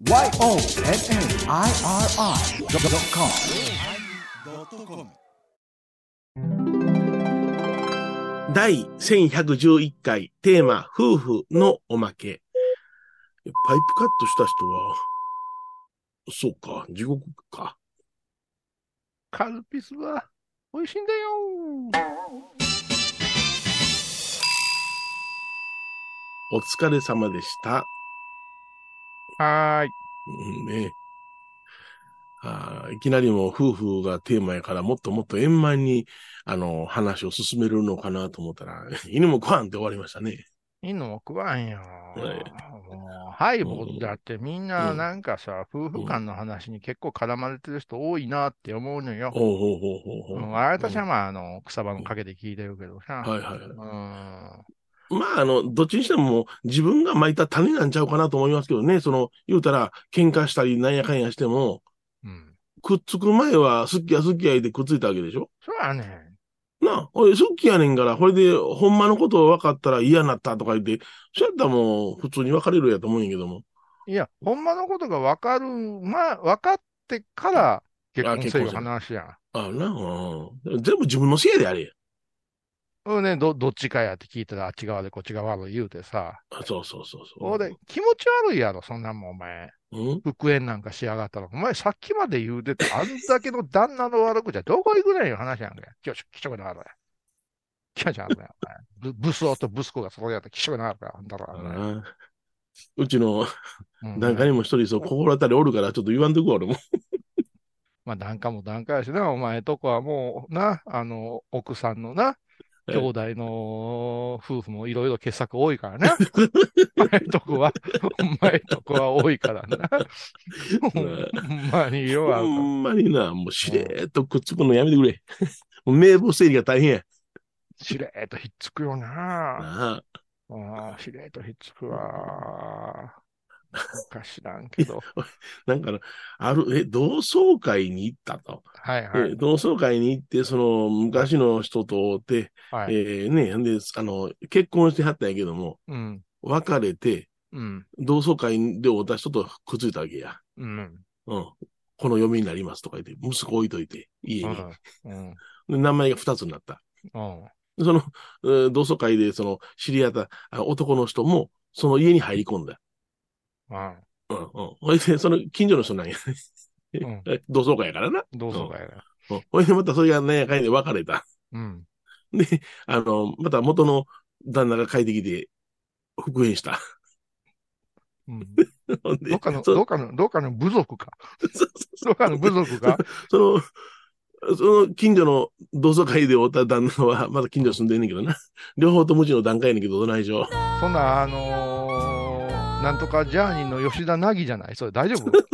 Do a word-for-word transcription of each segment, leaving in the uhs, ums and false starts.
ワイオーエヌエヌアイアールアイドットコム第せんひゃくじゅういっかいテーマ夫婦のおまけ。パイプカットした人は、そうか、地獄か。 カルピスは美味しいんだよ。 お疲れ様でした。 はーい。 うんね、あいきなりもう夫婦がテーマやからもっともっと円満にあの話を進めるのかなと思ったら、犬も食わんって終わりましたね。 犬も食わんよ。 はい。 もう、ハイうボールだってみんん、うなん、 なんかさ、夫うん。 婦間の話に結構絡まれてる人多いなって思うのよ。 ほうほうほうほううん、 ほう。うん、 私はまあ、あの、草葉のうん。 陰で聞いてるけどさ。 はいはいはい。 うん。 まあ、あの、どっちにしても自分が蒔いた種なんちゃうかなと思いますけどね。その、言うたら、喧嘩したりなんやかんやしても、 うん。 くっつく前は好きや好きや言ってくっついたわけでしょ。 そうやねなあ、俺好きやねんから、これでほんまのこと分かったら嫌になったとか言って、そうやったらもう普通に別れるやと思うんやけども。 ん。いや、ほんまのことがわかる、まあ、分かってから結あ、 婚せよ結婚せん。 話やん。 あな、うん。全部自分のせいであれ。 うんね、ど、どっちかやって聞いたらあっち側でこっち側悪い言うてさ。 あ、そうそうそうほんそで気持ち悪いやろ、そんなんもんお前。 う。うん。 復縁なんかしやがったら、お前さっきまで言うてた、あんだけの旦那の悪口はどこ行くねんいう話やんけ。きょし、きしょくなるや。きょしゃんだよ、お前。ぶ武装と息子がそこでやったらきしょくなるから、あんだろ、お前。 あうちのうん、 檀家にね。 も一人そう心当たりおるからちょっと言わんとくわ、俺も。 まあ、檀家も檀家やしな、お前とこはもうな、あの、奥さんのな、兄はい。 弟の夫婦もいろいろ傑作多いからな。お前とこは、お前とこは多いからな。ほんまに色ほあるかんまにな、もうしら。うん。 れーっとくっつくのやめてくれ。もう名簿整理が大変や。 しれーっとひっつくよな。 なあ。 ああ、しれーっとひっつくわ。なんか知らんけど。 なんかあの、ある、え、同窓会に行ったと。で、 はいはい。 同窓会に行って、そのはい。 昔の人と会って、 はい。 えーね、んで、あの、結婚してはったんやけども、 うん。 別れて、 うん。 同窓会で会った人とくっついたわけや。 うん。 うん。この嫁になりますとか言って、息子置いといて、家に。 うん。うん。 で名前が二つになった。 うん。 その、えー同窓会で、その、知り合ったあ男の人も、その家に入り込んだ。 うん。 うん、うん。ほいで、その近所の人なんや。 うん。 同窓会やからな。 同うん。 窓会やな。 うん。ほいで、またそれがなんやかんやで別れた。 うん。 で、あの、また元の旦那が帰ってきて、復縁した。 うん。 ほんで、 どっかの、 そ、 どっかの、どっかの部族か。 そ、 どっかの部そで、そ族か。 その、その近所の同窓会で会った旦那は、まだ近所住んでんねんけどな。両方ともうちの段階やねんけど、どないしょ。 そんな、あのーなんとかジャーニーの吉田凪じゃない？それ大丈夫？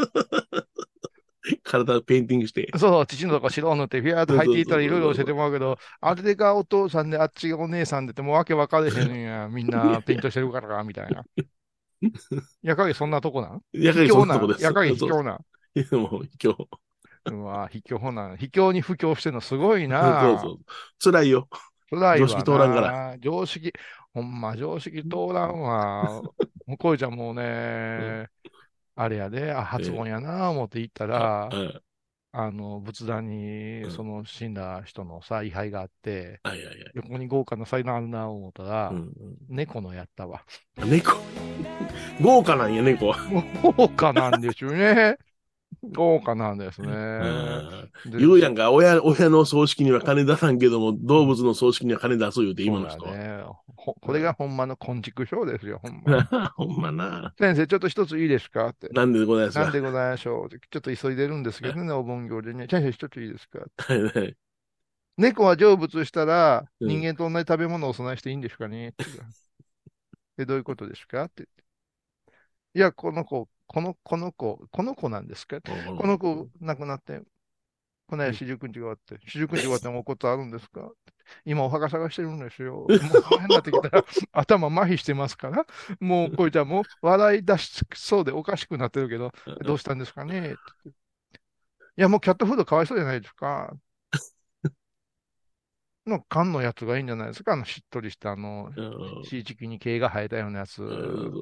体ペインティングして。 そう、父のとこ白を塗って、フィアーっと履いていったそうそうそうらいろいろ教えてそうそう。 もらうけど、あれがお父さんで、あっちがお姉さんでって、もうわけ分かれへんんや。みんなペイントしてるから、みたいな。やかげそんなとこなん？卑やかにそん怯なん？ なとこです。 やかげ卑そうそ怯なん？ う。いやもう今日。 うわ、卑怯なん？卑怯に布教してんのすごいそうそな。 う。辛いよ。常識辛いわ通らんから。 な。常識、ほんま常識通らんわ。向こうちゃんもううん。 ね、あれやで、あ、 えー、 初音やな、思って行ったあ、 ら、 あ、 あの、仏壇に、 うん。 その死んだ人のさ、位牌があって、 あ、いやいや。 横に豪華な祭壇あるな、思ったうん、 ら、 うん。 猫のやったわ。 猫。豪華なんや、猫。 豪華なんですよね。豪華なんですね。 ああ、 で、そ、 言うやんか、親、親の葬式には金出さんけども、 うん、 動物の葬式には金出す言うて、今そうの人は。 やね。ほ、これがうんほんまの昆虫症ですよ、ほんま。 ほんまな。 先生、ちょっと一ついいですかって。 なんでございますか。 なんでございましょうって。ちょっと急いでるんですけどね、お盆行でね。先生、一ついいですかって。 はいはい。 猫は成仏したら、 うん。 人間と同じ食べ物をお供えしていいんですかねって言うから。え、どういうことですかって。いや、この子、この、この子、この子なんですか？この子、亡くなって、この間四十九日が終わって、四十九日終わってもおことあるんですか？今お墓探してるんですよ。もうこの辺になってきたら頭麻痺してますから、もうこいつはもう笑い出しそうでおかしくなってるけど、どうしたんですかねって言って。いや、もうキャットフードかわいそうじゃないですか。の缶のやつがいいんじゃないですか。あのしっとりしたあの、 うんしいちきに毛が生えたようなやつ。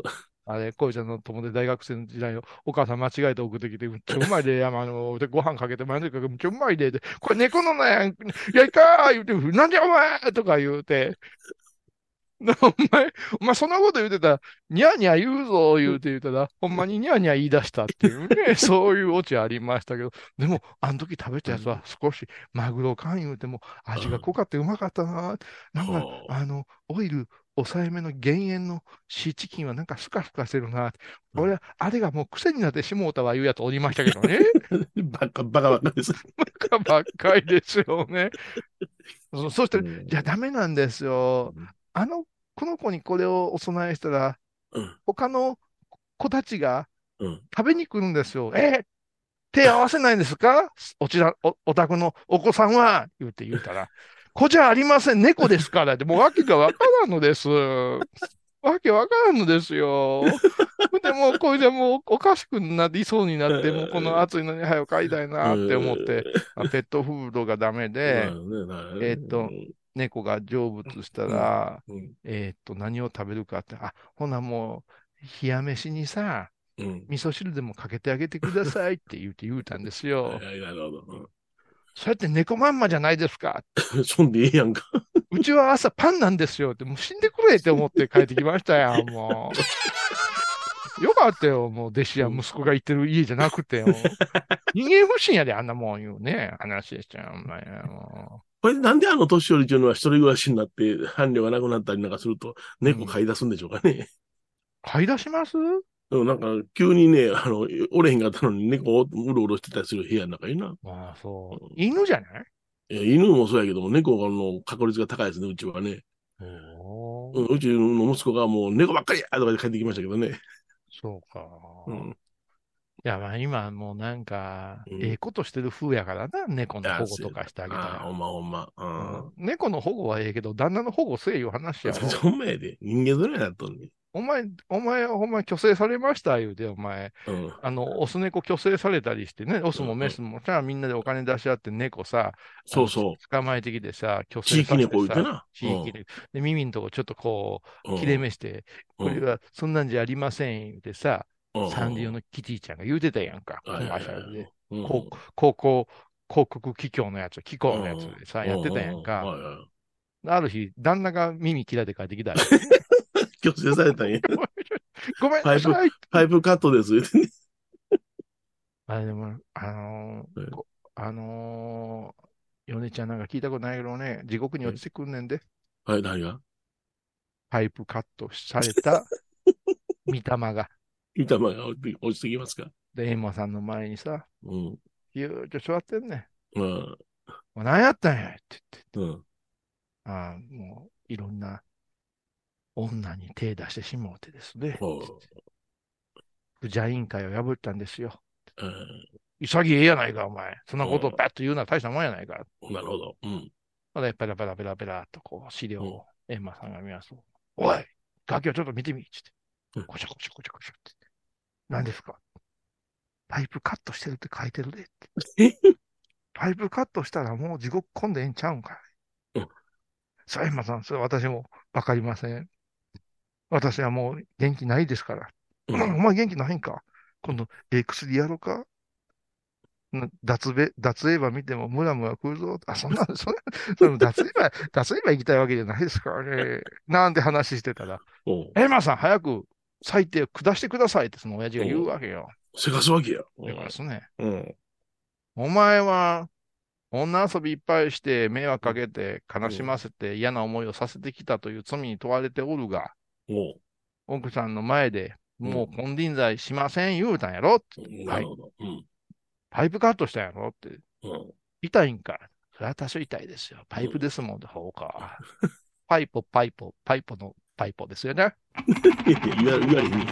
あれ、こいちゃんの友達大学生の時代をお母さん間違えて送ってきて、めっちゃうまいで、やまあの、で、ご飯かけて、満足かけて、めっちゃうまいで、で、これ猫のなんや、いやいかー言うて、なんでお前とか言うて、なお前、お前そんなこと言うてたら、ニャーニャー言うぞ言うて言うたら、ほんまにニャーニャー言い出したっていうね、そういうオチありましたけど、でも、あの時食べたやつは少しマグロ缶言うても味が濃かってうまかったな。なんか、 はあの、オイル抑えめの減塩のシーチキンはなんかスカスカしてるな。 うん俺は、あれがもう癖になってしもうたわ言うやつおりましたけどね。 バカ、バカバカです。 バカばっかりですよね。そそして、 うんじゃダメなんですよ。あの、この子にこれをお供えしたら、 うん。 他の子たちがうん。 食べに来るんですよ。えー手合わせないんですかおちら、お、お宅のお子さんは言うて言うたら、子じゃありません、猫ですからって、もうわけがわからんのです。わけわからんのですよ。でもう、これでもうおかしくなりそうになって、もうこの暑いのに早く帰りたいなって思って、まあペットフードがダメで、 なるね、なるえーっと、猫が成仏したうんら、 うんえーっと、何を食べるかって、あ、ほなもう、冷や飯にさ、 うん味噌汁でもかけてあげてくださいって言うて言うたんですよ。 はいはい、なるほど。 それって猫まんまじゃないですか。 うん、そんでええやんか。 うちは朝パンなんですよって、もう死んでくれって思って帰ってきましたよ、もう。よかったよ、もう弟子や息子が行ってる家じゃなくてよ。人間不信やで、あんなもん言うね。話でしたよ、お前。もこれなんであの年寄りっていうのは一人暮らしになって伴侶がなくなったりなんかするとう。 猫うん。 飼い出すんでしょうかね。 買い出しますうん、なんか急にね、あの、おれへんかったのに猫をうろうろしてたりする部屋の中にな。 まあ、そう。 うん、 犬じゃないいや犬もそうやけども、猫の確率が高いですね、うちはね。 おー、 うん、うちの息子がもう猫ばっかりやとかで帰ってきましたけどね。 そうか。 うん。 いや、まあ今もうなんか、 うん。 ええことしてる風やからな、猫のあ、 保護そうやな。 とかしてあげたああ、ほら。 んまほんま。ううん、 ん。 猫の保護はええけど、旦那の保護せえいう話やろ。 ほんまやで。人間どれやなっとんねん。 お前、お前、お前、虚勢されました言うて、お前、 うん。 あの、オス猫虚勢されたりしてね、オスうん。 もうん。 メスもさ、みんなでお金出し合って猫さ、あの、つそうそう。 捕まえてきてさ、虚勢地域させてさ、 猫言うてな。うん。 地域で、で、耳のとこちょっとこう、切れうん。 目して、 うん。 これはそんなんじゃありません言うてさ、 うん。 サンリオうん。 のキティちゃんが言うてたやんか、コマーはいはいはい。 シャルで。 うん。 こう、高校、広告機構のやつ、機うん。 構のやつでさ、 うん。 やってたうん。 やんか。 はいはい。 ある日、旦那が耳切られて帰ってきた言うてね。 強制されたんや。 ごめんパイプ、 なさい。 パイプカットです。言うてね。 あれでも、あのーこあのー、米ちゃんなんか聞いたことないけどね、地獄に落ちてくんねんで、 はい、何がパイプカットされた御霊が。 板前が落ちて落ちてきますか？ で、エンマさんの前にさ、 うん。 ぎゅーっと座ってんねん。 うん。 もう何やったんやって言って。 うん。 ああ、もういろんな女に手出してしもうてですね。 ほ不邪委員会を破ったんですよ。 う。うん潔いやないか、お前。そんなことをうパッと言うのは大したもんやないか。 ん。なるほど。うん。 まだペラペラペラペラっとこう資料うん。 をエンマさんが見ますと、おい、ガキをちょっと見てみ、つって。 うんこちょこちょこちょこちょって。何ですかパイプカットしてるって書いてるでって。 えパイプカットしたらもう地獄混んでええんちゃうんかい。 うん。 さあ、エンマさん、それ私もわかりません。私はもう元気ないですから。お前、おうん。 前元気ないんか今度、ええ薬やろうかな脱べ、脱エヴァ見てもムラムラ来るぞ。あ、そんな、そんな、その脱エヴァ、脱エヴァ行きたいわけじゃないですからね。なんて話してたら、 おう。 エマさん早く裁定を下してくださいってその親父が言うおう。 わけよ。 せかすわけや。 だからですね。 うん。うん。 お前は女遊びいっぱいして迷惑かうん。 けて悲しうん。 ませて嫌な思いをさせてきたという罪に問われておるが、 おう。 奥さんの前でうん。 もう金輪際しません言うたんやろって。はい。 なるほど。うん。 パイプカットしたんやろって。 うん。 痛いんか。それは多少痛いですよ。パイプうん。 ですもんで、ほうか。パイポ、パイポ、パイポのパイポですよね。 言わ、言われへんね。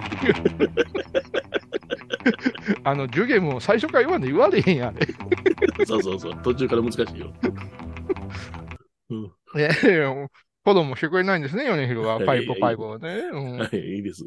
あの、ジュゲムを最初から言わんで言われへんやで。 そうそうそう。途中から難しいよ。うん。 ねえ、子供してくれないんですね、米広は。 はい、 パイポ、パイいい、 ポね。うん。 はい、いいです。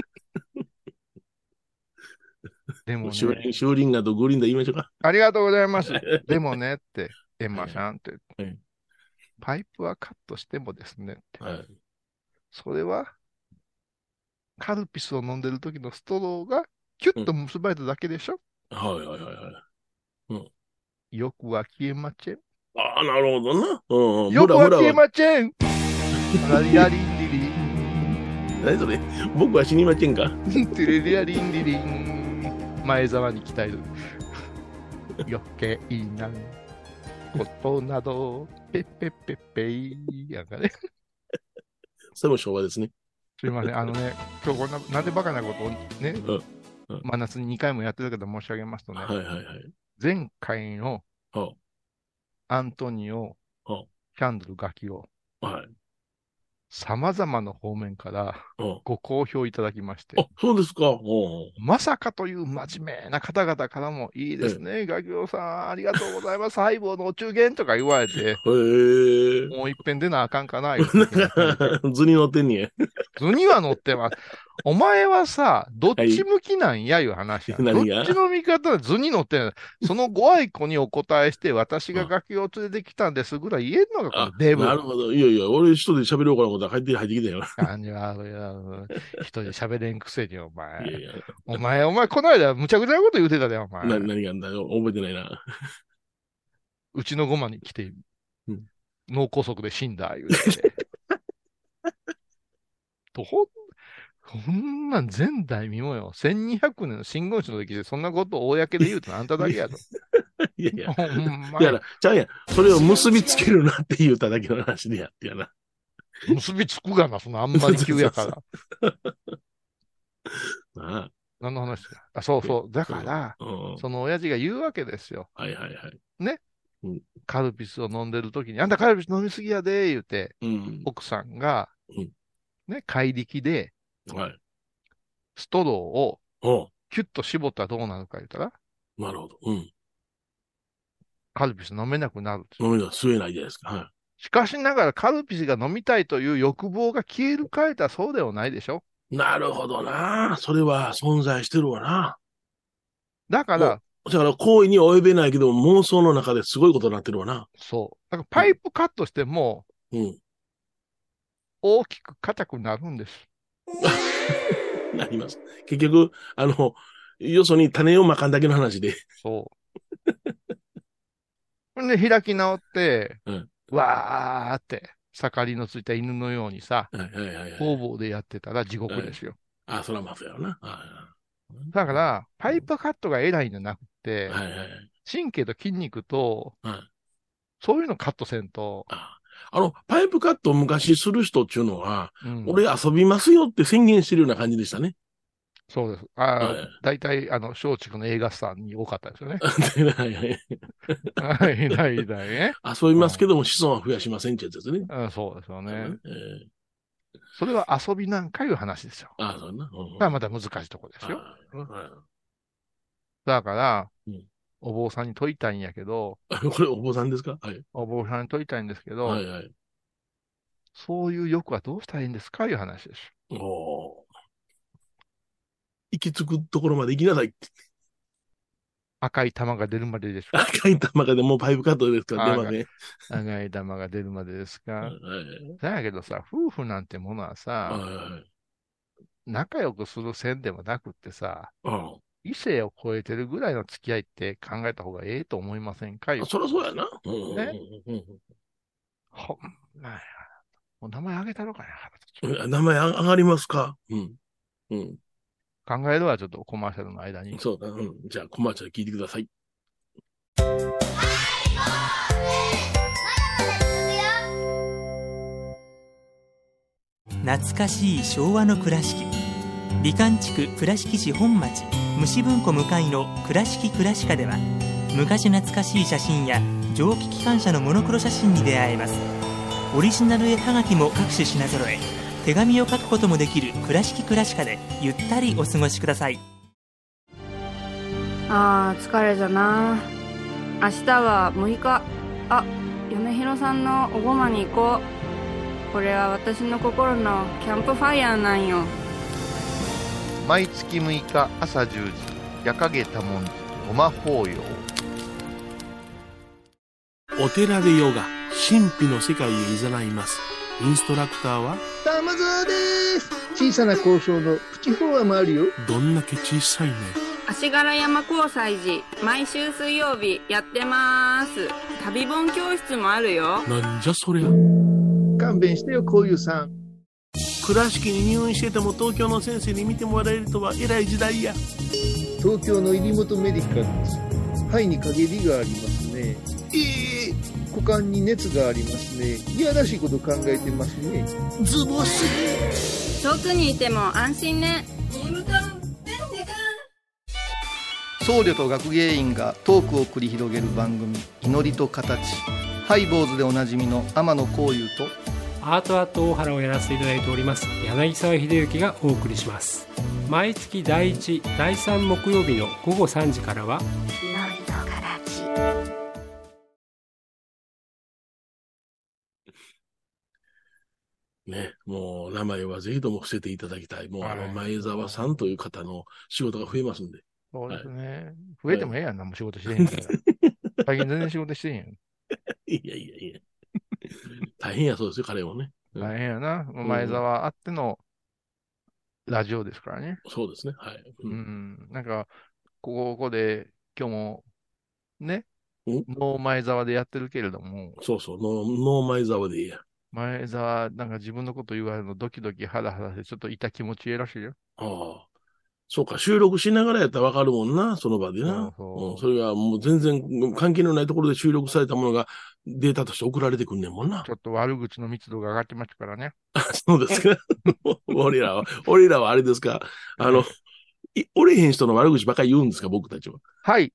でもシューリン、 ね、 シューリンガーとグリーンダー言いましょうか。 ありがとうございます。でもねって、エンはい、 マさんって、 はい、 パイプはカットしてもですねって、 はい。 それはカルピスを飲んでる時のストローがキュッと結ばれただけでしょ、 うん、はいはいはいはい。うん。 欲は消えまちぇん。 ああ、なるほどな。うんうん。 欲は消えブラブラは。 まちぇん。ラリラリンリリン。 何それ僕は死にませんかテレリアリンリリン。前澤に鍛える。余計なことなど、ペッペッペッペイやんかね。 それも昭和ですね。 すいません。あのね、今日こんな、なんでバカなことをね、 うんうん、 真夏ににかいもやってるけど申し上げますとね、 はいはいはい。 前回のはアントニオ、 あ、はキャンドル楽器を、 あ、はい。 様々な方面からうんご好評いただきましあ、 て、 そうですか。おうまさかという真面目な方々からも、いいですね、ガキオさん、ありがとうございます、ハイボーのお中元とか言われて、 え。へえ。 もう一遍出なあかんかな、いう時なんにいただいて、 か、図に乗ってんねや。 図には載ってます。お前はさ、どっはい。 ち向きなんやいう話やん。どっ何がちの味方図に載ってんの。そのご愛顧にお答えして、私があ、 ガキを連れてきたんですぐらい言えんのがこのあ、 デブ。 なるほど。いやいや、俺一人で喋ろうかなことは入って、入ってきたよ。 感じは、いや一人で喋れんくせに、お前。 いやいや、 お前、お前、この間、むちゃくちゃなこと言うてたで、おな、 前。 何があんだよ。覚えてないな。 うちのゴマに来て、 うん、 脳梗塞で死んだ、言うて。とほん、こんなん前代未聞よ。せんにひゃくねんの真言宗の歴史でそんなことを公で言うとあんただけやと。 いやいや、 ほんまや。 いやな、ちゃうやん。それを結びつけるなって言うただけの話でやってやな。 結びつくがな、そのあんそうまり急そうそう。 やから。 なあ。 何の話だ。あ、そういやそう。だうん。 から、 うん。 その親父が言うわけですよ。 はいはいはい。 ね。 うん。 カルピスを飲んでる時に、あんたカルピス飲みすぎやで、言うて、 うん。 奥さんが、 うん。 ね、怪力で、 はい。 ストローをおう。 キュッと絞ったらどうなるか言ったら、 なるほど。うん。 カルピス飲めなくなるんですよ。 飲みが吸えないじゃないですか。はしかしながらカルピスが飲みたいという欲望が消えるかえたらそうではないでしょ。 い。なるほどな。それは存在してるわな。もだから、 う、だから行為には及べないけど、妄想の中ですごいことになってるわな。 そう。だからうん。 パイプカットしてもうん。 大きく硬くなるんです。 なります。結局、あの、よそに種をまかんだけの話で。 そう。んで、開き直って、 うん。 わーって、盛りのついた犬のようにさ、 はいはいはいはい。 方々でやってたら地獄はい。 ですよ。 あ、それはまずやろな。はい。 だから、パイうん。 プカットが偉いんじゃなくて、 はいはい。 神経と筋肉と、 はい。 そういうのカットせんと、 あ、あの、パイプカットを昔する人っていうのは、 うん、 俺遊びますよって宣言してるような感じでしたね。 そうです。ああ、 はい。 大体、あの、松竹の映画スターに多かったですよね。 はいはい。 はい、大体ね。 遊びうん、 ますけども子孫は増やしませんってやつですね。 うん、そうですよね。 あのね。えー、 それは遊びなんかいう話ですよ。 あ、そうな。うんだからうん。 また難しいとこですよ。 ああ、 だから、 うん。 お坊さんに問いたいんやけど、 これお坊さんですか？はい。 お坊さんに問いたいんですけど、 はいはい。 そういう欲はどうしたらいいんですかいう話です。 おー、行き着くところまで行きなさいって。 赤い玉が出るまでですか？ 赤い玉がでもうパイプカットですから出ま赤せん。 赤い玉が出るまでですか？ はい。 だけどさ、夫婦なんてものはさ、 はいはい。 仲良くする線でもなくってさ、 あ異性を超えてるぐらいの付き合いって考えた方がええと思いませんかいあ、 うそりゃそうやことですよ。 な。うんね。 うんほんまや。もう名前あげたのかな、腹立つわ。 うんうん。名前上がりますか？うん。うん。 考えるわ、ちょっとコマーシャルの間に。 そうだ。うん。じゃあ、コマーシャル聞いてください。 懐かしい昭和の倉敷、美観地区倉敷市本町虫文庫向かいの倉敷倉歯科では、昔懐かしい写真や蒸気機関車のモノクロ写真に出会えます。オリジナル絵はがきも各種品揃え、手紙を書くこともできる倉敷倉歯科でゆったりお過ごしください。 あー疲れじゃな。明日はむいか。あ、嫁ひろさんのおごまに行こう。これは私の心のキャンプファイヤーなんよ。 毎月むいか朝じゅうじ、夜影多文字ごま法要。 お寺でヨガ、神秘の世界へ誘います。 インストラクターは玉沢です。小さな交渉のプチフォアもあるよ。 どんだけ小さいね。 足柄山交際時、毎週水曜日やってます。旅本教室もあるよ。 なんじゃそりゃ。 勘弁してよ、こういうさん。 倉敷に入院してても東京の先生に見てもらえるとは偉い時代や。 東京の入本メディカルです。肺に陰りがありますね。 ええー、 股間に熱がありますね。いやらしいこと考えてますね。 ズボス。 遠くにいても安心ね。 僧侶と学芸員がトークを繰り広げる番組、祈りと形。ハイ坊主でおなじみの天野幸雄とアートアート大原をやらせていただいております柳沢秀幸がお送りします。毎月だいいち、だいさん木曜日の午後さんじからは祈りと形。 ね、もう名前はぜひとも伏せていただきたい。もうあのはい前澤さんという方の仕事が増えますんで。 そうですね。増えてもええやんな、もう仕事してへんから。最近全然仕事してへんやん。 いやいやいや。大変やそうですよ、彼もね。うん大変やな。前澤あってのラジオですからね。 そうですね。はい。ううんん。なんか、ここで今日もね、 んノー前澤でやってるけれども、 そうそう、ノーノー前澤でいいや。 前澤、なんか自分のこと言われるのドキドキハラハラしてちょっと痛気持ちいいらしいよ。 ああ。そうか、収録しながらやったらわかるもんな、その場でな。 そうそううん、それがもう全然関係のないところで収録されたものがデータとして送られてくんねんもんなち。ょっと悪口の密度が上がってましたからね。 そうですか。俺らは、俺らはあれですか。あの、い折れへん人の悪口ばっかり言うんですか、僕たちは。 はい。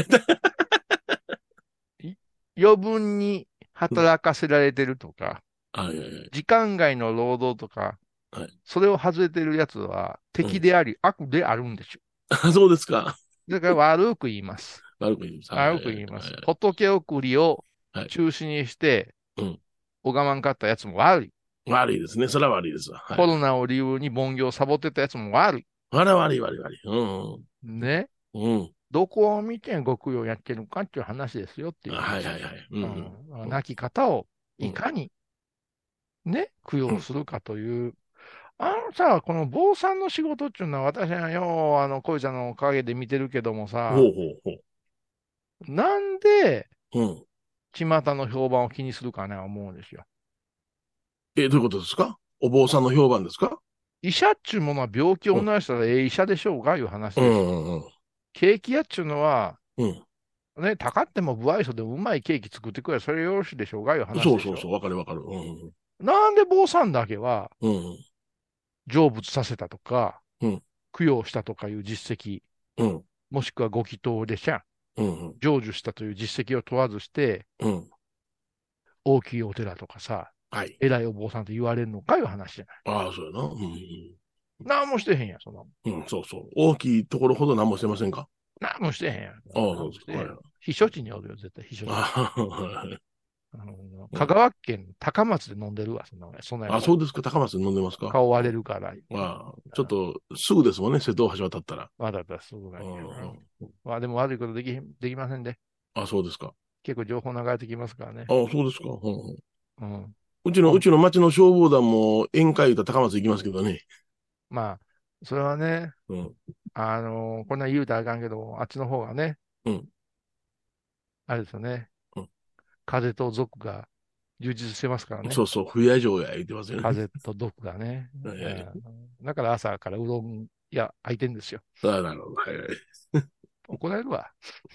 い余分に働かせられてるとか、 はいはいはい。 時間外の労働とか、 はいそれを外れてるやつは敵であり、悪であるんですよ。 あ、そうですか。 だから悪く言います。 悪く言います。 悪く言いますはい。 仏送りをはい中止にして、 うん拝まんかったやつも悪い。 悪いですね。それは悪いですわ。はい、 コロナを理由に盆行サボってたやつも悪い。 あら悪い悪い悪い。うんね。 うん。うん。 どこを見て極用やってるかっていう話ですよっていう。 はいはいはい。うんうんうん亡き方をいかに、ね、供養するかという。あのさ、この坊さんの仕事っていうのは私はよう、あの、こいちゃんのおかげで見てるけどもさ、 ほうほうほなんで、 う。うん。 巷の評判を気にするかな、思うんですよ。 え、どういうことですか？お坊さんの評判ですか？ 医者っちゅうものは病気を治したらええ医者でしょうが、いう話です。 うんうんうん。 ケーキ屋っちゅうのは、 うん。 ね、高っても不愛想でもうまいケーキ作ってくれ、それよろしいでしょうが、いう話でしょ。 そうそうそう。わかるわかる。うんなんで坊さんだけは、 うん。うん成仏させたとか、 うん供養したとかいう実績、 うん。 もしくはご祈祷でしゃ、 うんうん。 成就したという実績を問わずして、 うん。 大きいお寺とかさ、 はい。 偉いお坊さんと言われるのかいう話じゃない。 ああ、そうやな。うんなんもしてへんやん、そんなもん。 うん。うん、そうそう。大きいところほど何もしてませんか？ なんもしてへんやん。 ああ、そうですか。はい。 避暑地におるよ、絶対、避暑地。 ああ、 あの香川県高松で飲んでるわ、そんなもんそんなやつあ、そうですか。高松で飲んでますか？ 顔割れるから。 まあ、ちょっと、すぐですもんね。瀬戸大橋渡ったら。 まだだったらすぐないけどうんな。まあでも悪いことできへん、できませんで。 あ、そうですか。 結構情報流れてきますからねあ。そうですか。うんうん。 うちの、うちの町の消防団も宴会言ったら高松行きますけどね。 まあ、それはね、 うん。 あのーこんなん言うたらあかんけど、あっちの方がね、 うん。 あれですよね。 うん風と族が充実してますからね。 そうそう。冬屋城や言ってますよね。 風と毒がね。 はいはいうんだから朝からうどん屋開いてんですよ。 ああ、なるほど。はいはい。 怒られるわ。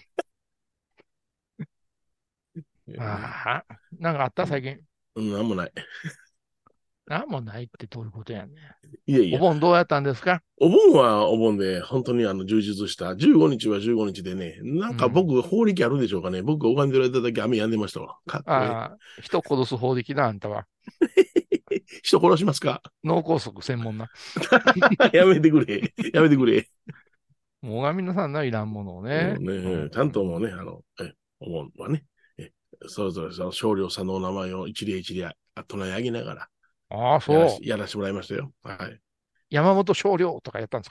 ああ、なんかあった最近。 うん、なんもない。 なんもないってどういうことやねん。 いやいや。 お盆どうやったんですか？ お盆はお盆で、本当にあの、充実した。じゅうごにちはじゅうごにちでね、なんか僕、法力あるでしょうかね。僕が拝んでられた時雨止んでましたわ。かっこいい。 ああ、人殺す法力な、あんたは。 人殺しますか？ 脳梗塞専門な。 やめてくれ。やめてくれ。 もう拝みなさんないらんものをね。 うんねちゃんともうね、あの、え、お盆はね、え、それぞれその少量さんのお名前を一例一例唱え上げながら、 ああ、そうやらし。やらしてもらいましたよ。はい。 山本少量とかやったんですか？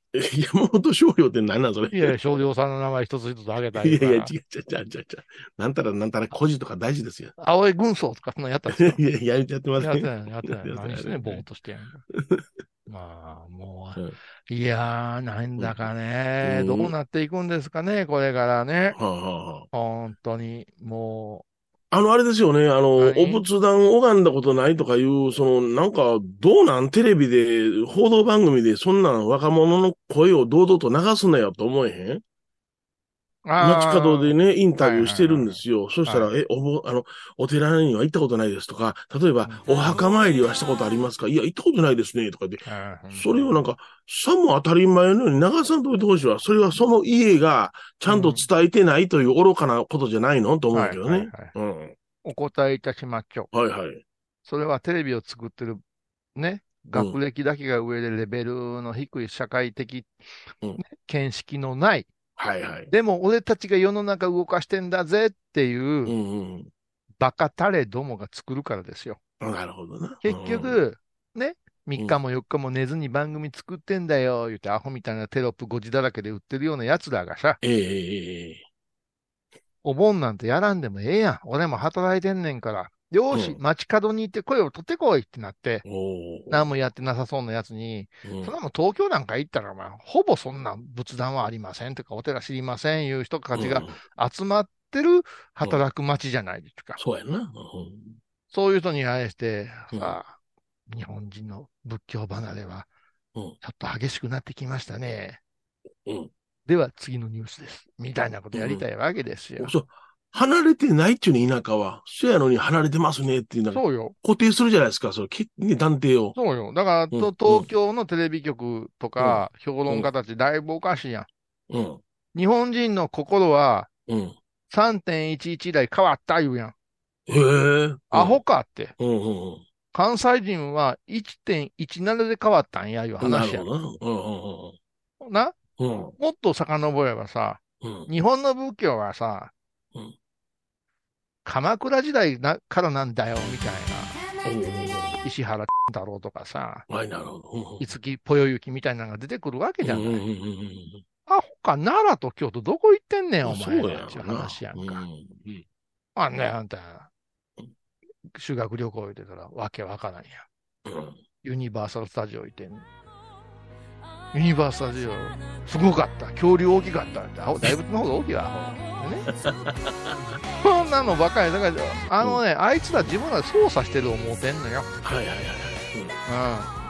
山本翔陽って何なんそれ。 いやいや、少量さんの名前一つ一つ挙げたりいやいや、違う違う違う違う違う。なんたらなんたら孤児とか大事ですよ。 青い軍曹とかそんなのやったんですか？ いや、やめてやってません。 やってない、やってない。 やって何してんねん、ぼーっとしてやんか。まあ、もう、いやー、なんだかね、どうなっていくんですかね、これからね。 はあはあはあ、 本当に、もあの、あれですよね。あの、お仏壇拝んだことないとかいう、その、なんか、どうなんテレビで、報道番組で、そんなん若者の声を堂々と流すなよと思えへん？街角でね、インタビューしてるんですよ。そしたら、え、おぼ、あの、お寺には行ったことないですとか、例えば、お墓参りはしたことありますか？いや、行ったことないですね、とかで、それをなんか、さも当たり前のように流さんといてほしいわ。それはその家がちゃんと伝えてないという愚かなことじゃないのと思うけどね。うん。 お答えいたしましょう。はいはい。 それはテレビを作ってる、ね、学歴だけが上でレベルの低い社会的、ね、うん、見識のない、 はいはい。 でも俺たちが世の中動かしてんだぜっていう、うんうん、バカタレどもが作るからですよ。 なるほどな。 結局、うん、ね、みっかもよっかも寝ずに番組作ってんだよ、言ってアホみたいなテロップごじだらけで売ってるような奴らがさ、 えー、 お盆なんてやらんでもええやん。俺も働いてんねんから。よし、うん、街角に行って声を取ってこいってなって、何もやってなさそうなやつに、うん、そんなもん東京なんか行ったら、まあ、ほぼそんな仏壇はありませんとか、お寺知りませんいう人たちが集まってる働く街じゃないですか。 うん、そうやな、うん。 そういう人に対して、さあ、日本人の仏教離れは、ちょっと激しくなってきましたね。うん、では次のニュースです。みたいなことやりたいわけですよ。 うん、そう。離れてないっちゅうね、田舎は。そやのに離れてますねっていうのそうよ。 固定するじゃないですか、それ、ね、断定を。 そうよ。だから、うん、東京のテレビ局とか、うん、評論家たち、だいぶおかしいやん。うん、日本人の心は、さんてんいちいち 台変わった言うやん。 へぇ、 アホかって。 うんうんうん、 関西人は いってんいちなな で変わったんや、いう話やん。 なるほどな。うんうんうん、 な、うん、もっと遡ればさ、うん、日本の仏教はさ、うん、鎌倉時代なからなんだよ、みたいな。石原太郎とかさ、 はい、なるほど。 五木ぽよゆきみたいなのが出てくるわけじゃない。アホか、奈良と京都どこ行ってんねん、お前らっていう話やんか。あんねあんた、修学旅行行ってたらわけわからんやん。ユニバーサルスタジオ行ってんねん。ユニバーサルスタジオ、すごかった。恐竜大きかったって。あ、大仏の方が大きいわ、アホ。ね、そんなのばっかり。だから、あのね、うん、あいつら自分らで操作してる思うてんのよ。 はいはいはい。 うん。うん、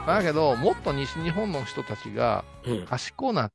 だけど、もっと西日本の人たちが、賢くなって、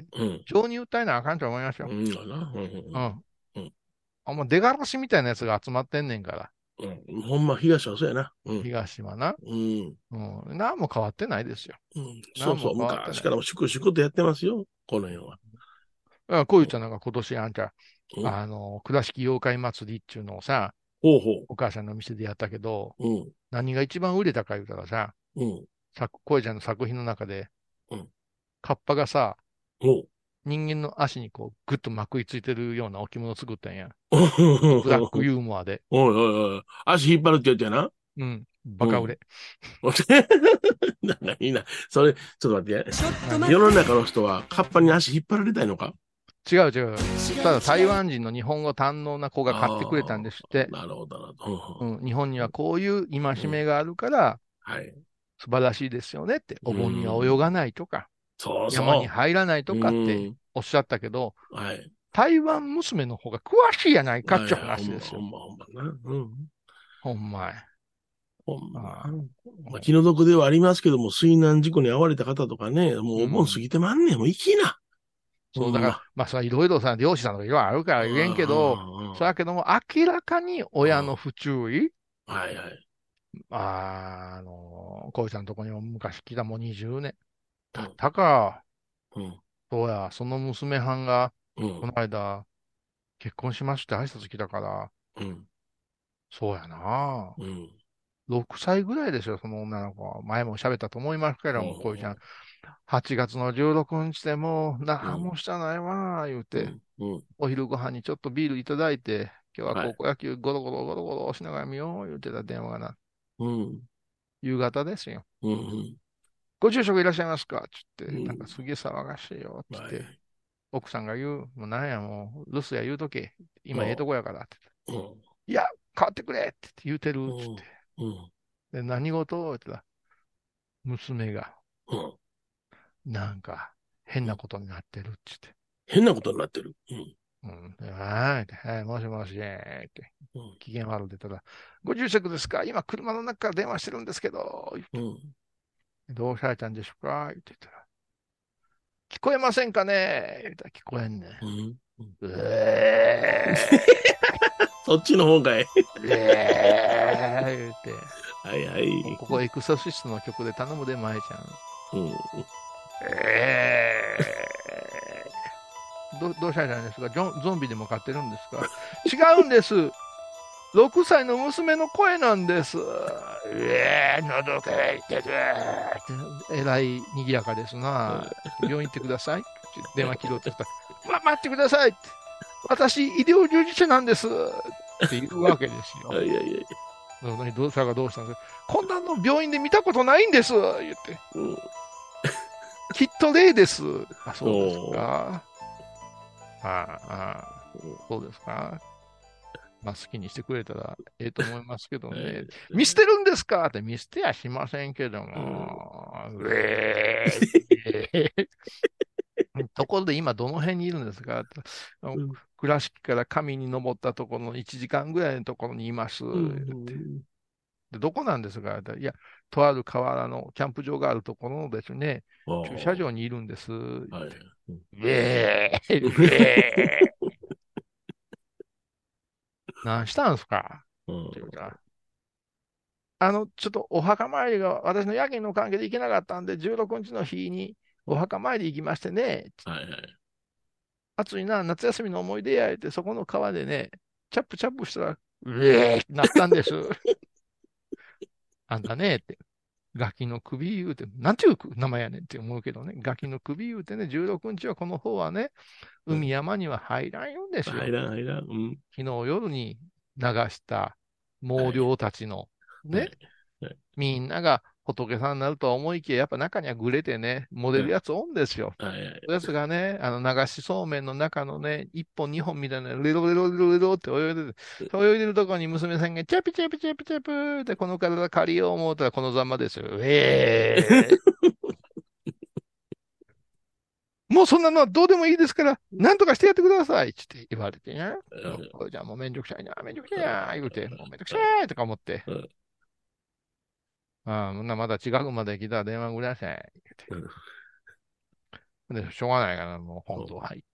うん、情に訴えなあかんと思いますよ。うん。うん。うん。あんま出がらしみたいなやつが集まってんねんから。 うん。ほんま、東はそうやな。 うん、東はな。うん。うん。何も変わってないですよ。 うん。そうそう。昔からも粛々とやってますよ。この辺は。 あ、こういうちゃんなんか今年あんた、うん、あの、倉敷妖怪祭りっていうのをさ、 ほうほう、 お母さんの店でやったけど、 うん、 何が一番売れたか言うたらさ、うん、こえちゃんの作品の中で、うん、カッパがさ、人間の足にこう、ぐっとまくいついてるような置物を作ったんや。ブラックユーモアで。 おいおいおい、足引っ張るってやつやな。 うん、バカ売れ。 うん、なんかいいな。それ、ちょっと待って。世の中の人はカッパに足引っ張られたいのか？ 違う違う。ただ台湾人の日本語堪能な子が買ってくれたんですって。 なるほどなるほど、うん。日本にはこういう戒めがあるから、うん、はい、素晴らしいですよねって。お盆には泳がないとか、 そうそう、 山に入らないとかっておっしゃったけど、はい、台湾娘の方が詳しいやないかっていう話ですよ。 ほんまほんまほんまな。うん、 ほんまや。 ほんま。まあ、気の毒ではありますけども、水難事故に遭われた方とかね、もうお盆過ぎてまんねん、もう行きな。 そう、だから、まあ、それいろいろさ、漁師さんとかいろいろあるから言えんけど、そうだけども、明らかに親の不注意、 はいはい。 あ、あの、こういうさんのとこにも昔来たもうにじゅうねん経ったか、うん、そうや、その娘はんが、この間、結婚しまして挨拶来たから、うん、そうやな、うん、ろくさいぐらいですよ、その女の子は。前も喋ったと思いますけども、こういうちゃん。はちがつのじゅうろくにちでもう、何もしたないわ、言うて、うんうん、お昼ご飯にちょっとビールいただいて、今日は高校野球ゴロゴロゴロゴロしながら見よう、言うてた電話がな。うん、夕方ですよ。うんうん、 ご住職いらっしゃいますかって言って、 うんなんかすげえ騒がしいよって言って、 はい奥さんが言う、もうなんやもう、留守や言うとけ。今ええとこやからって言って。 うん。 いや、変わってくれって言うてるって言って。 うん。 で、何事って言ったら、娘が、 うん。 なんか、変なことになってるって言って。 変なことになってる。うん。 うん。ではいって、はい、もしもし、ってうん。 機嫌悪いって言ったら、ご住職ですか今車の中から電話してるんですけど、言ってうん。 どうされたんでしょうかって言ったら、聞こえませんかね言ったら聞こえんねん。 うん。 うえそっちの方かい。 ー、えー、言うて。 はいはい。 ここエクソシストの曲で頼むで、舞ちゃん。 うん。 えー、どどうしたらいいんですかジョンゾンビでも飼ってるんですか違うんです。ろくさいの娘の声なんです。えー、喉からいてる。えらい賑やかですな。病院行ってください。電話切ろうって言ったら、ま、待ってくださいって。私、医療従事者なんです。って言うわけですよ。 はいはいはい。 どうしたかどうしたんですかこんなの病院で見たことないんです。言って。 うん。 きっと例です。あ、そうですか。ああ、そうですか。まあ好きにしてくれたらええと思いますけどね。見捨てるんですかって見捨てやしませんけども。うえーところで今どの辺にいるんですかって倉敷から上に登ったところのいちじかんぐらいのところにいます。でどこなんですかいや、とある河原のキャンプ場があるところのですね、駐車場にいるんです。はい、えー、えー、何したんすか、って言うたあの、ちょっとお墓参りが私の夜勤の関係で行けなかったんで、じゅうろくにちの日にお墓参り行きましてね、はいはい、暑いな、夏休みの思い出やって、そこの川でね、チャップチャップしたら、うえーってなったんです。あんたねって。ガキの首言うて、なんていう名前やねんって思うけどね、ガキの首言うてね、じゅうろくにちはこの方はね、海山には入らんよんですよ。 入らん、入らん。うん、 昨日夜に流した毛量たちの、ね、はいはい、みんなが仏さんになるとは思いきや、やっぱ中にはぐれてね、漏れるやつおんですよ。はいはいはい、やつがね、あの流しそうめんの中のね、一本二本みたいな、レロレロレロレロって泳いでる。泳いでるとこに娘さんが、チャピチャピチャピチャプってこの体借りよう思うたらこのざんまですよ。えーもうそんなのはどうでもいいですから、なんとかしてやってくださいって言われてね。うん、じゃあもうめんどくさいな、めんどくさいな、言うて、もうめんどくさいとか思って。うんああ、まだ近くまで来たら電話ください。言うて。で、しょうがないから、もう本堂入って。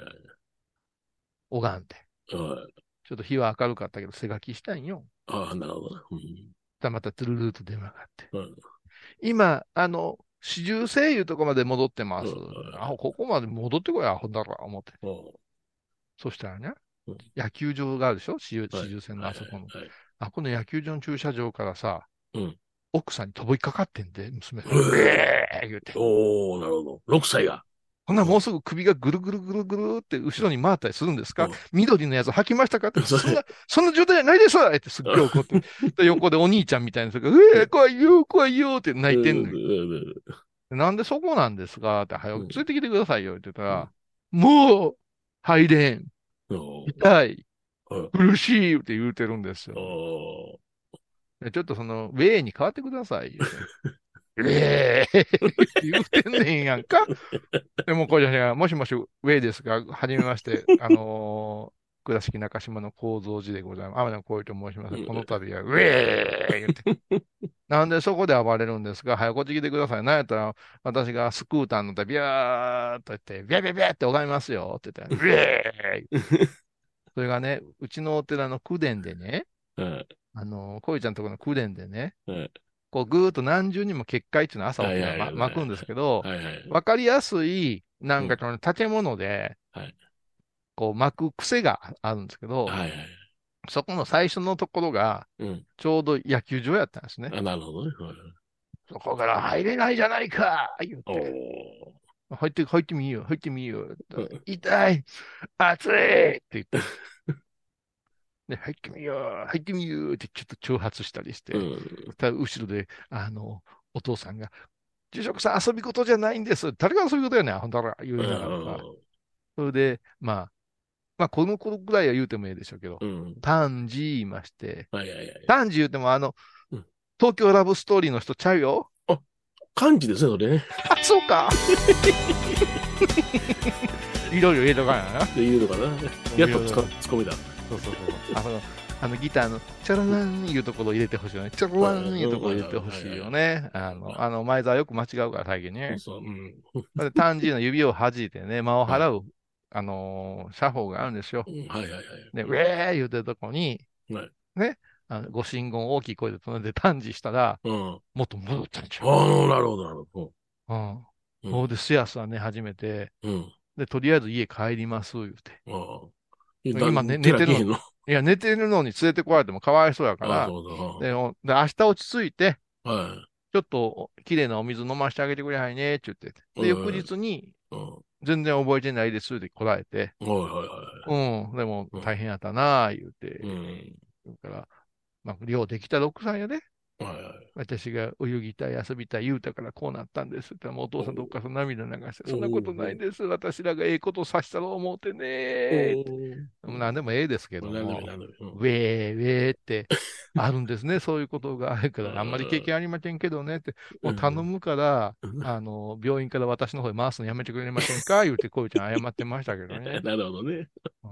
拝んで。ちょっと日は明るかったけど、背書きしたんよ。 ああ、なるほどね。 うん、またトゥルルーと電話があって。うん、今、あの、四十声いうとこまで戻ってます。あ、ここまで戻ってこい、アホだろ、思って。そしたらね、野球場があるでしょ四十線のあそこの。あ、この野球場の駐車場からさ、うん、奥さんに飛びかかってんで、娘さん。えー言うて。 おー、なるほど。ろくさいが。 ほんならもうすぐ首がぐるぐるぐるぐるって後ろに回ったりするんですか、うん、緑のやつ吐きましたかって。そんな、そんな状態じゃないですわってすっげえ怒って。横でお兄ちゃんみたいな人が、えー、怖いよ、怖いよって泣いてんのよ。なんでそこなんですかって、早く連れてきてくださいよって言ったら、うん、もう、入れん。痛い。苦しいって言うてるんですよ。ちょっとその、ウェイに変わってくださいよ。ええー、言うてんねんやんか。でも、これじゃもしもし、ウェイですが、はじめまして、あのー、倉敷中島の構造寺でございます。天野光一と申します。この度は、ウェー言って。なんでそこで暴れるんですか早くこっち来てください。なんやったら、私がスクーター乗ってビャーっと言って、ビャビャビャって拝みますよって言って、ウェーそれがね、うちのお寺の九殿でね、うん、あの、こいちゃんのところの九殿でね、うん、こうぐーっと何重にも結界っていうのを朝起きて巻くんですけど、わかりやすい、なんかその建物で、うんはい、こう巻く癖があるんですけど、はいはい、そこの最初のところが、ちょうど野球場やったんですね。 うん、なるほどね。はい、 そこから入れないじゃないか言って。入って、入ってみよう、入ってみよう。うん、痛い、熱いって言って。ね、入ってみよう、入ってみようってちょっと挑発したりして、うん、後ろで、あの、お父さんが、 住職さん遊び事じゃないんです。誰が遊び事やねん、ほんとら、言うながらさ。それで、まあ、まあ、この頃ぐらいは言うてもいいでしょうけど、うん、丹治言いまして、はいはいはい、丹治言うても、あの、うん、東京ラブストーリーの人ちゃうよ。 あ、漢字ですね、それね。 あ、そうか。いろいろ入れとかな。 入れとかな。やっとつかツッコミだ。 そうそうそう。あの、あのギターのチャラランいうところ入れてほしいよね。チャラランいうところ入れてほしいよね。あの、あの、前澤よく間違うから、最近ね。そう、うん。丹治の指を弾いてね、間を払う。あのー、作法があるんですよ。はいはいはい。で、ウェー言うてるとこに、はい、ね、あのご神言大きい声で唱えて探知したら、うん、もっと戻ったんちゃう。 ああ、なるほど、なるほど。うん。ほ、うんで、すやすや寝始めて、うん、で、とりあえず家帰ります、言うて。今ね、寝てるの。いや、寝てるのに連れてこられてもかわいそうやから、で、で明日落ち着いて、はい、ちょっと綺麗なお水飲ませてあげてくれはいね、って言って。で、翌日に、うん全然覚えてないですって来られて。はいはいはい。うん。でも大変やったなぁ、言うて。うん。だから、まあ、寮できたろくさんやで。はいはい。私が泳ぎたい、遊びたい言うたからこうなったんですって。もうお父さんとお母さん涙流して、そんなことないです。私らがええことさせたろう思うてねー。なんでもええですけども。ウェーウェーってあるんですね。そういうことがあるから、あんまり経験ありませんけどねって。もう頼むから、あの、病院から私の方へ回すのやめてくれませんか言うて、こういうちゃん謝ってましたけどね。 なるほどね。 うん。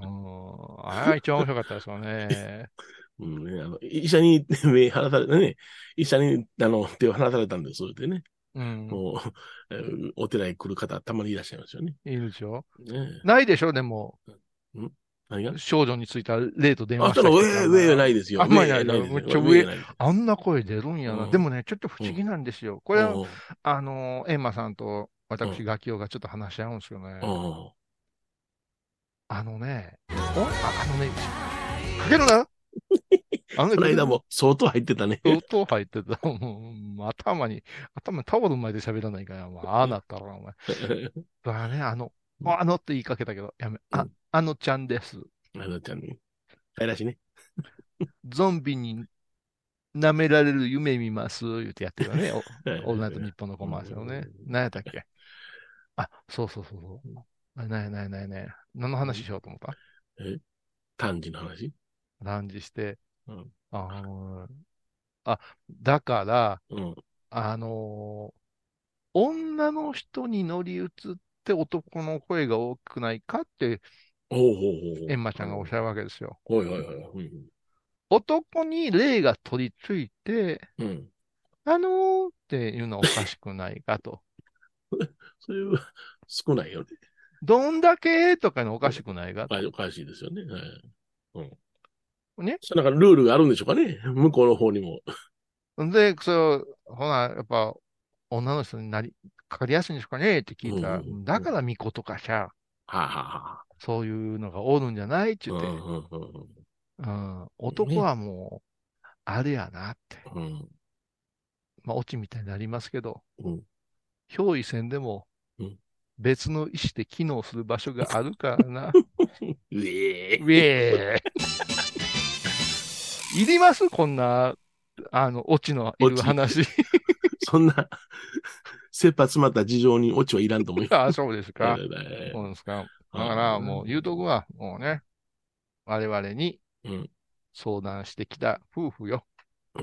あれ一番面白かったですよね。 うんね、あの医者に目離されてね、医者にあの手を離されたんです、それでね。うん、もう、えー、お寺に来る方、たまにいらっしゃいますよね。 いるでしょ、ね、ないでしょ、でも。 ん何が少女についた例と電話した人。あ、上、上ないですよ。 あんまりないですよ。めっちゃ上、あんな声出るんやな。うん、でもね、ちょっと不思議なんですよ。これは、うん、あの、エンマさんと私、ガキオがちょっと話し合うんですよね。うん、あのね、おあ、あのね、かけるなあのこの間も相当入ってたね。 相当入ってた。もう頭に、頭にタオル前で喋らないから、まあ、ああなったら、お前。だからね、あの、あのって言いかけたけど、やめ、あ、うん、あのちゃんです。 あのちゃんね。かいらしいね。 ゾンビに舐められる夢見ます、言ってやってるよね。オールナイトニッポンのコマーシャルね。何やったっけあ、そうそうそうそう。なやなやなやなや。何の話しようと思ったえ炭治の話炭治して、うん、ああ、だから、うん、あのー、女の人に乗り移って男の声が大きくないかって、エンマちゃんがおっしゃるわけですよ。はいはいはい。男に霊が取り付いて、うん、あのーっていうのはおかしくないかと。 それは少ないよね。 どんだけとかのおかしくないかと。 おかしいですよね。はいうん、ね。なんかルールがあるんでしょうかね。向こうの方にも。 で、そう、ほな、やっぱ、女の人になり、かかりやすいんですかねって聞いたら、うんうんうん、だから巫女とかしゃ、はあはあ、そういうのがおるんじゃないって言って、うんうんうん、男はもう、あれやなって。うん、まあ、オチみたいになりますけど、うん、憑依戦でも、別の意思で機能する場所があるからな。うえー。うえー。いりますこんな、あの、オチのいる話。 そんな、切羽詰まった事情にオチはいらんと思います。 あ、そうですか。そうですか。だから、もう、言うとくは、もうね、我々に相談してきた夫婦よ。うん、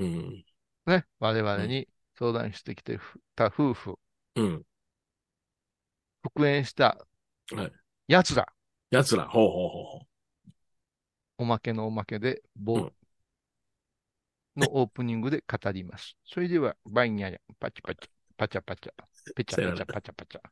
ね、我々に相談してきてた夫婦。うん。復縁した奴ら。 奴ら。ほうほうほうほう。 おまけのおまけで、棒のオープニングで語ります。それでは、バイニャヤ、パチパチ、パチャパチャ、ペチャペチャパチャパチ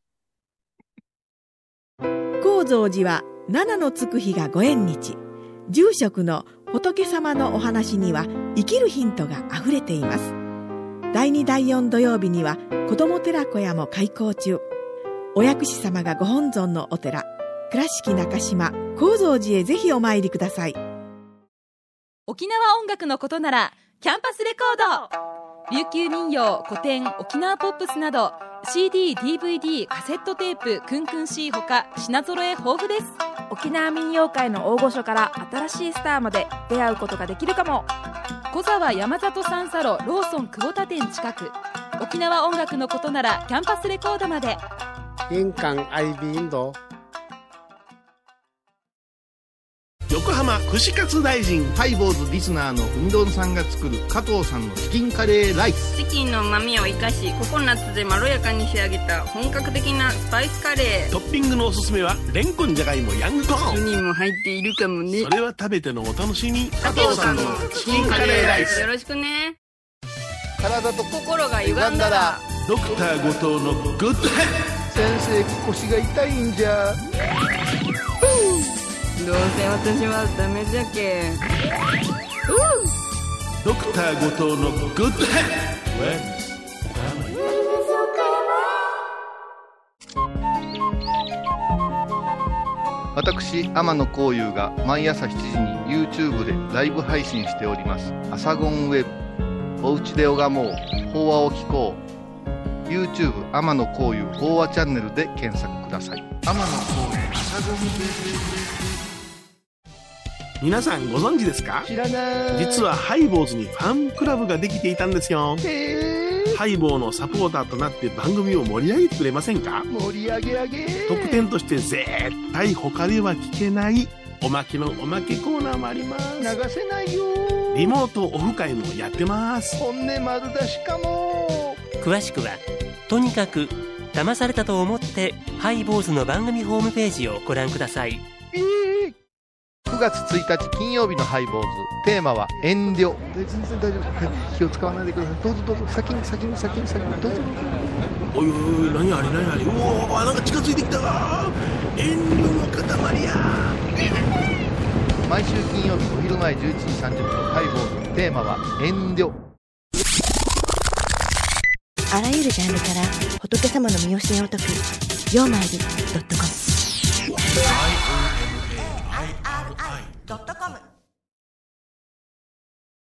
ャ。高蔵寺は七のつく日がご縁日。住職の仏様のお話には生きるヒントがあふれています。だいにだいよん土曜日には子ども寺小屋も開校中。お薬師様がご本尊のお寺、倉敷中島・高蔵寺へぜひお参りください。 沖縄音楽のことならキャンパスレコード、琉球民謡、古典、沖縄ポップスなど シーディー、ディーブイディー、カセットテープ、クンクン C ほか品揃え豊富です。 沖縄民謡界の大御所から新しいスターまで出会うことができるかも。 小沢山里三佐路ローソン久保田店近く、 沖縄音楽のことならキャンパスレコードまで。 印港 アイビー インド横浜串カツ大臣ハイボーズリスナーのうみどんさんが作る加藤さんのチキンカレーライス。 チキンの旨味を生かしココナッツでまろやかに仕上げた本格的なスパイスカレー。 トッピングのおすすめはレンコン、じゃがいも、ヤングコーン。 にも入っているかもね。 それは食べてのお楽しみ。 加藤さんのチキンカレーライス。よろしくね。 体と心が歪んだらドクター後藤のグッドヘッド。 先生、腰が痛いんじゃ。 どうせ私はダメじゃけ。 ドクター後藤のグッドヘッド。私天野幸雄が毎朝しちじに YouTube でライブ配信しておりますアサゴンウェブ。おうちで拝もう、法話を聞こう。 YouTube 天野幸雄法話チャンネルで検索ください。天野幸雄アサゴンウェブ。 皆さんご存知ですか？ 知らない。 実はハイボーズにファンクラブができていたんですよ。 へー。 ハイボーのサポーターとなって番組を盛り上げてくれませんか？ 盛り上げ上げ。 特典として絶対他では聞けないおまけのおまけコーナーもあります。 流せないよ。 リモートオフ会もやってます。 本音丸出しかも。 詳しくはとにかく騙されたと思ってハイボーズの番組ホームページをご覧ください。 えーくがつついたち金曜日のハイボーズ、テーマは遠慮。 全然大丈夫。気を使わないでください。どうぞどうぞ。先に先に先に先にどうぞ。 おいおいおい、何あれ何あれ。うおー、なんか近づいてきた。遠慮の塊や。 毎週金曜日お昼前じゅういちじさんじゅっぷん、ハイボーズ、テーマは遠慮。 あらゆるジャンルから仏様の身教えを説くようまいり .com。 ドットコム